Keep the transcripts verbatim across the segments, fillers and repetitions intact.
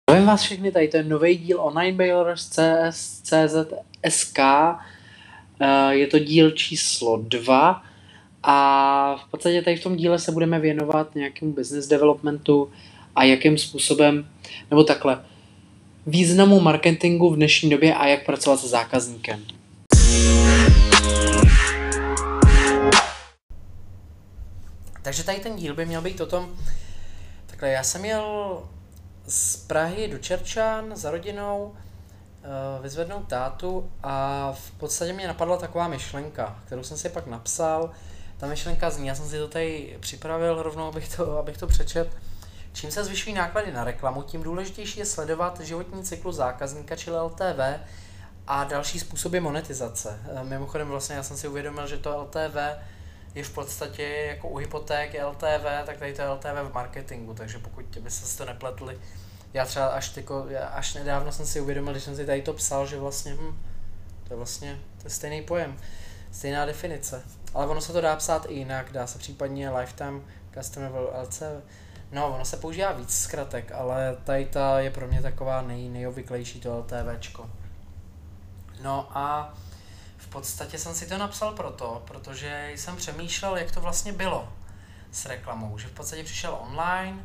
Zdravím vás všechny, tady to je nový díl Online Bailers C S C Z S K. Je to díl číslo dva a v podstatě tady v tom díle se budeme věnovat nějakému business developmentu a jakým způsobem, nebo takhle, významu marketingu v dnešní době a jak pracovat se zákazníkem. Takže tady ten díl by měl být o tom, takhle já jsem jel z Prahy do Čerčan za rodinou vyzvednout tátu a v podstatě mě napadla taková myšlenka, kterou jsem si pak napsal. Ta myšlenka zní, já jsem si to tady připravil rovnou, abych to, abych to přečet. Čím se zvyšují náklady na reklamu, tím důležitější je sledovat životní cyklus zákazníka, čili L T V, a další způsoby monetizace. Mimochodem vlastně já jsem si uvědomil, že to L T V je v podstatě jako u hypotéky L T V, tak tady to je L T V v marketingu, takže pokud byste si to nepletli, já třeba až, tyko, až nedávno jsem si uvědomil, když jsem si tady to psal, že vlastně, hm, to je vlastně to je stejný pojem, stejná definice, ale ono se to dá psát i jinak, dá se případně Lifetime Customer L C V, no ono se používá víc zkratek, ale tady ta je pro mě taková nej, nejobvyklejší to LTVčko. No a v podstatě jsem si to napsal proto, protože jsem přemýšlel, jak to vlastně bylo s reklamou, že v podstatě přišel online,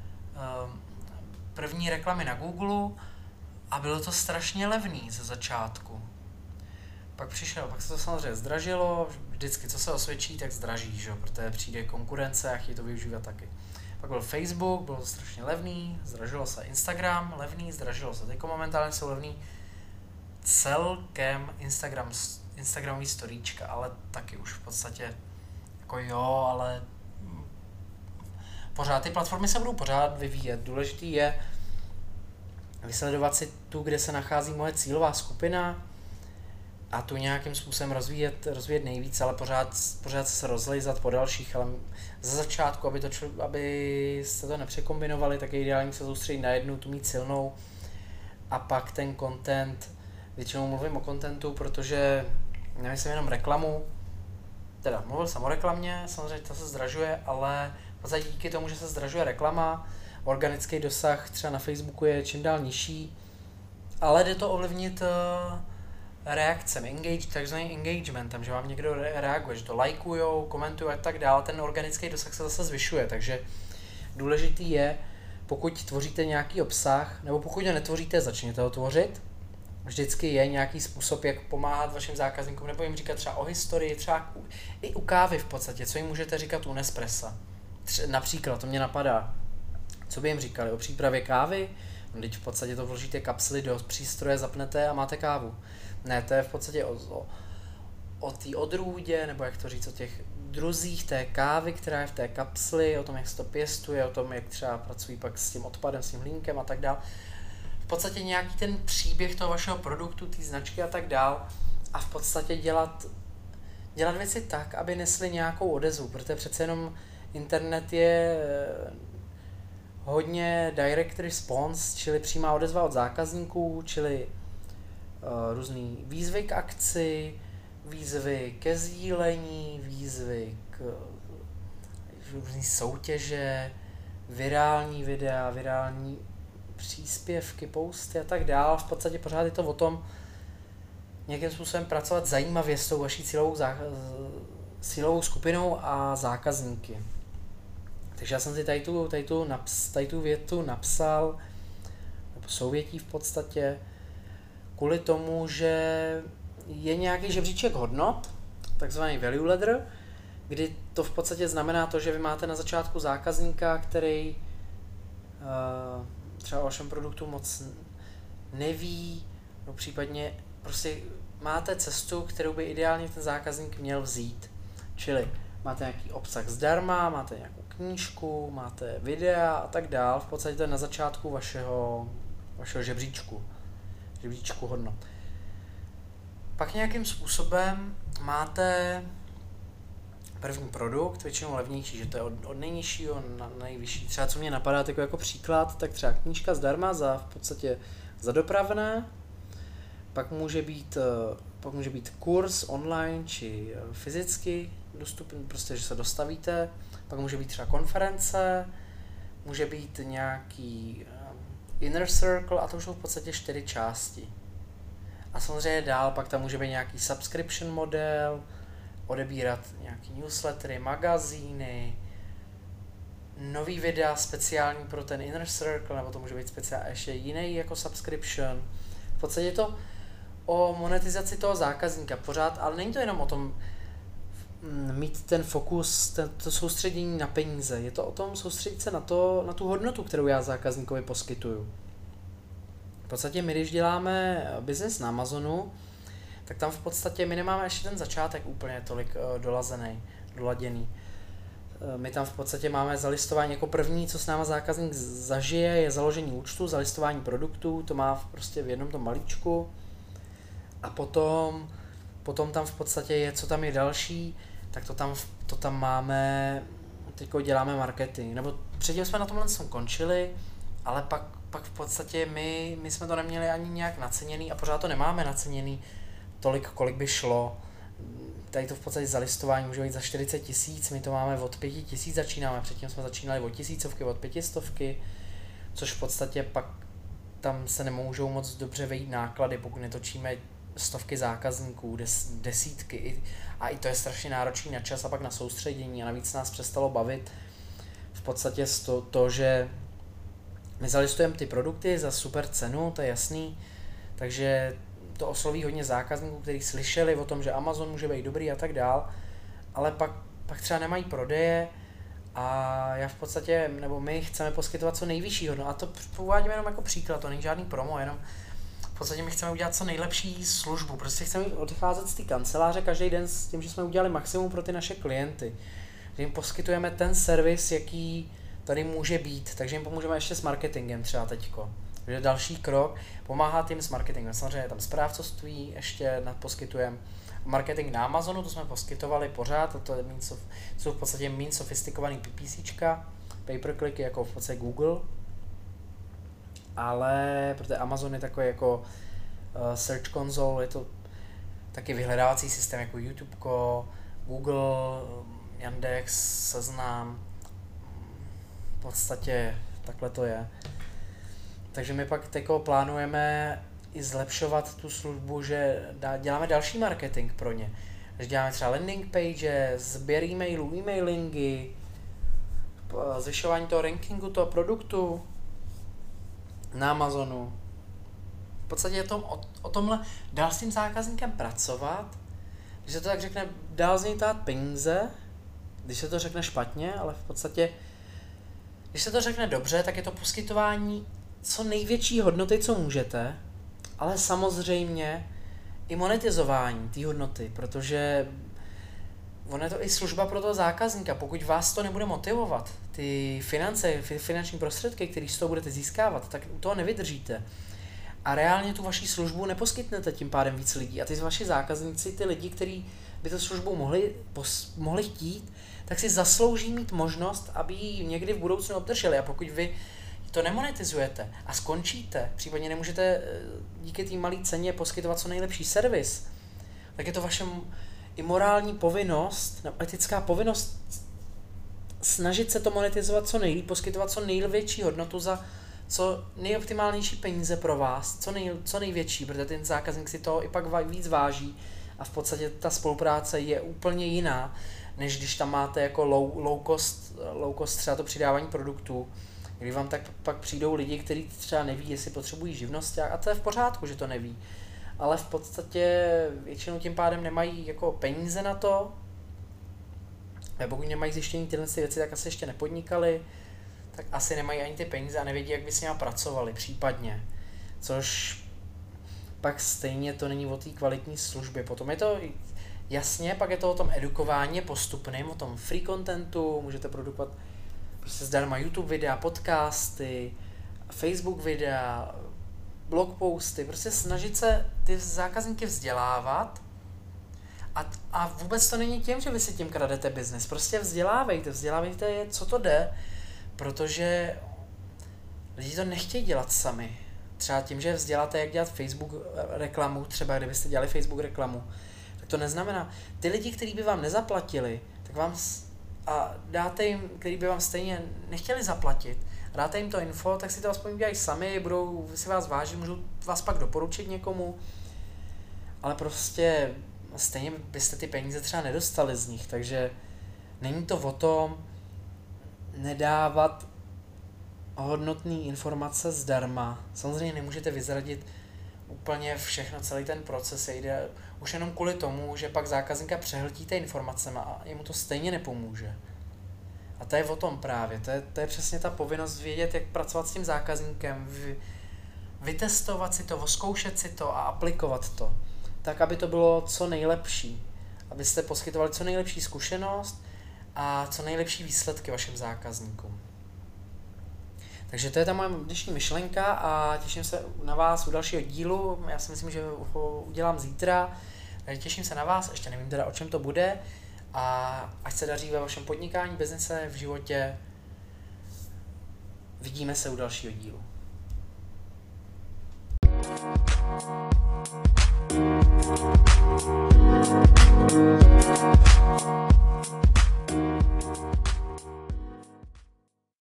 první reklamy na Google a bylo to strašně levný ze začátku. Pak přišel, pak se to samozřejmě zdražilo, vždycky co se osvědčí, tak zdraží, že? Protože přijde konkurence a chtějí to využívat taky. Pak byl Facebook, bylo to strašně levný, zdražilo se Instagram, levný, zdražilo se. Teďko momentálně jsou levný celkem Instagram, Instagramový storíčka, ale taky už v podstatě jako jo, ale pořád ty platformy se budou pořád vyvíjet. Důležitý je vysledovat si tu, kde se nachází moje cílová skupina a tu nějakým způsobem rozvíjet, rozvíjet nejvíc, ale pořád, pořád se rozlejzat po dalších, ale za začátku, aby, to, aby se to nepřekombinovali, tak je ideální se soustředit na jednu, tu mít silnou a pak ten content, většinou mluvím o contentu, protože nemyslím jenom reklamu, teda mluvil jsem o reklamě, samozřejmě to se zdražuje, ale v podstatě díky tomu, že se zdražuje reklama, organický dosah třeba na Facebooku je čím dál nižší, ale jde to ovlivnit uh, reakcem, engage, takzvaným engagementem, že vám někdo re- reaguje, že to lajkujou, komentujou a tak dále, ten organický dosah se zase zvyšuje, takže důležitý je, pokud tvoříte nějaký obsah, nebo pokud ho netvoříte, začněte ho tvořit, vždycky je nějaký způsob, jak pomáhat vašim zákazníkům, nebo jim říkat třeba o historii, třeba i u kávy v podstatě, co jim můžete říkat u Nespressa. Tře- například, to mě napadá, co by jim říkali o přípravě kávy, no, teď v podstatě to vložíte kapsly do přístroje, zapnete a máte kávu. Ne, to je v podstatě o, o, o té odrůdě, nebo jak to říct, o těch druzích té kávy, která je v té kapsli, o tom, jak se to pěstuje, o tom, jak třeba pracují pak s tím odpadem, s tím hlínkem a tak dále. V podstatě nějaký ten příběh toho vašeho produktu, té značky a tak dál a v podstatě dělat, dělat věci tak, aby nesly nějakou odezvu, protože přece jenom internet je hodně direct response, čili přímá odezva od zákazníků, čili uh, různý výzvy k akci, výzvy ke sdílení, výzvy k uh, různý soutěže, virální videa, virální příspěvky, posty a tak dále. V podstatě pořád je to o tom nějakým způsobem pracovat zajímavě s tou vaší cílovou, zá... cílovou skupinou a zákazníky. Takže já jsem si tady tu, tady tu, naps... tady tu větu napsal, nebo souvětí v podstatě, kvůli tomu, že je nějaký žebříček hodnot, takzvaný value ladder, kdy to v podstatě znamená to, že vy máte na začátku zákazníka, který uh, třeba o vašem produktu moc neví, no případně prostě máte cestu, kterou by ideálně ten zákazník měl vzít. Čili máte nějaký obsah zdarma, máte nějakou knížku, máte videa a tak dál. V podstatě to je na začátku vašeho, vašeho žebříčku, žebříčku hodnot. Pak nějakým způsobem máte první produkt, většinou levnější, že to je od, od nejnižšího na nejvyšší. Třeba co mě napadá jako, jako příklad, tak třeba knížka zdarma za v podstatě za dopravné, pak může být, pak může být kurz online či fyzicky dostupný, prostě, že se dostavíte, pak může být třeba konference, může být nějaký Inner Circle a to už jsou v podstatě čtyři části. A samozřejmě dál pak tam může být nějaký subscription model, odebírat nějaký newslettery, magazíny, nový videa speciální pro ten Inner Circle, nebo to může být speciální ještě jiný jako subscription. V podstatě je to o monetizaci toho zákazníka pořád, ale není to jenom o tom mít ten fokus, ten, to soustředění na peníze. Je to o tom soustředit se na, to, na tu hodnotu, kterou já zákazníkovi poskytuju. V podstatě my, když děláme business na Amazonu, tak tam v podstatě my nemáme ještě ten začátek úplně tolik uh, dolazený, doladěný. Uh, my tam v podstatě máme zalistování jako první, co s náma zákazník zažije, je založení účtu, zalistování produktů, to má v, prostě v jednom tom malíčku. A potom, potom tam v podstatě je, co tam je další, tak to tam, to tam máme, teďko děláme marketing, nebo předtím jsme na tomhle končili, ale pak, pak v podstatě my, my jsme to neměli ani nějak naceněný a pořád to nemáme naceněný tolik, kolik by šlo. Tady to v podstatě za listování může být za čtyřicet tisíc, my to máme od pěti tisíc začínáme, předtím jsme začínali od tisícovky, od pětistovky, což v podstatě pak tam se nemůžou moc dobře vejít náklady, pokud netočíme stovky zákazníků, des, desítky a i to je strašně náročný na čas a pak na soustředění a navíc nás přestalo bavit v podstatě to, to že my zalistujeme ty produkty za super cenu, to je jasný, takže to osloví hodně zákazníků, kteří slyšeli o tom, že Amazon může být dobrý a tak dál, ale pak, pak třeba nemají prodeje a já v podstatě, nebo my chceme poskytovat co nejvyšší hodnotu a to uvádíme jenom jako příklad, to není žádný promo, jenom v podstatě my chceme udělat co nejlepší službu, prostě chceme odcházet z té kanceláře každý den s tím, že jsme udělali maximum pro ty naše klienty, že jim poskytujeme ten servis, jaký tady může být, takže jim pomůžeme ještě s marketingem třeba teďko. Takže další krok, pomáhat jim s marketingem, samozřejmě je tam správcovství, ještě poskytujeme marketing na Amazonu, to jsme poskytovali pořád, a to je mín, jsou v podstatě méně sofistikovaný PPCčka, pay-per-clicky jako v podstatě Google, ale protože Amazon je takový jako uh, search console, je to taky vyhledávací systém jako YouTubeko, Google, Yandex, Seznam, v podstatě takhle to je. Takže my pak teko plánujeme i zlepšovat tu službu, že dá, děláme další marketing pro ně. Takže děláme třeba landing page, sběr e-mailů, e-mailingy, zvyšování toho rankingu toho produktu na Amazonu. V podstatě je to o, o tomhle dál s tím zákazníkem pracovat, když se to tak řekne, dál z něj dát peníze, když se to řekne špatně, ale v podstatě, když se to řekne dobře, tak je to poskytování co největší hodnoty, co můžete, ale samozřejmě i monetizování té hodnoty, protože ono je to i služba pro toho zákazníka. Pokud vás to nebude motivovat, ty finance, finanční prostředky, které z toho budete získávat, tak toho nevydržíte. A reálně tu vaši službu neposkytnete tím pádem víc lidí. A ty vaši zákazníci, ty lidi, kteří by tu službu mohli, pos, mohli chtít, tak si zaslouží mít možnost, aby ji někdy v budoucnu obdrželi. A pokud vy to nemonetizujete a skončíte, případně nemůžete díky té malé ceně poskytovat co nejlepší servis, tak je to vaše i morální povinnost, nebo etická povinnost snažit se to monetizovat co nejlíp, poskytovat co největší hodnotu za co nejoptimálnější peníze pro vás, co, nej, co největší, protože ten zákazník si to i pak víc váží a v podstatě ta spolupráce je úplně jiná, než když tam máte jako low, low, cost, low cost třeba to přidávání produktů, kdy vám tak pak přijdou lidi, kteří třeba neví, jestli potřebují živnost, a to je v pořádku, že to neví. Ale v podstatě většinou tím pádem nemají jako peníze na to. A pokud nemají zjištění tyhle věci, tak asi ještě nepodnikali, tak asi nemají ani ty peníze a nevědí, jak by s nimi pracovali případně. Což pak stejně to není o té kvalitní službě. Potom je to jasně, pak je to o tom edukování postupným, o tom free contentu, můžete produkovat prostě zdarma YouTube videa, podcasty, Facebook videa, blog posty, prostě snažit se ty zákazníky vzdělávat a, a vůbec to není tím, že vy si tím kradete biznes, prostě vzdělávejte, vzdělávejte je, co to jde, protože lidi to nechtějí dělat sami. Třeba tím, že vzděláte, jak dělat Facebook reklamu, třeba kdybyste dělali Facebook reklamu, tak to neznamená, ty lidi, kteří by vám nezaplatili, tak vám a dáte jim, který by vám stejně nechtěli zaplatit, dáte jim to info, tak si to aspoň udělají sami, budou si vás vážit, můžou vás pak doporučit někomu, ale prostě stejně byste ty peníze třeba nedostali z nich, takže není to o tom nedávat hodnotné informace zdarma. Samozřejmě nemůžete vyzradit úplně všechno, celý ten proces jde už jenom kvůli tomu, že pak zákazníka přehltíte informacemi a jemu to stejně nepomůže. A to je o tom právě, to je, to je přesně ta povinnost vědět, jak pracovat s tím zákazníkem, vy, vytestovat si to, oskoušet si to a aplikovat to, tak, aby to bylo co nejlepší, abyste poskytovali co nejlepší zkušenost a co nejlepší výsledky vašim zákazníkům. Takže to je ta moje dnešní myšlenka a těším se na vás u dalšího dílu, já si myslím, že ho udělám zítra, takže těším se na vás, ještě nevím teda o čem to bude a ať se daří ve vašem podnikání, biznise, v životě, vidíme se u dalšího dílu.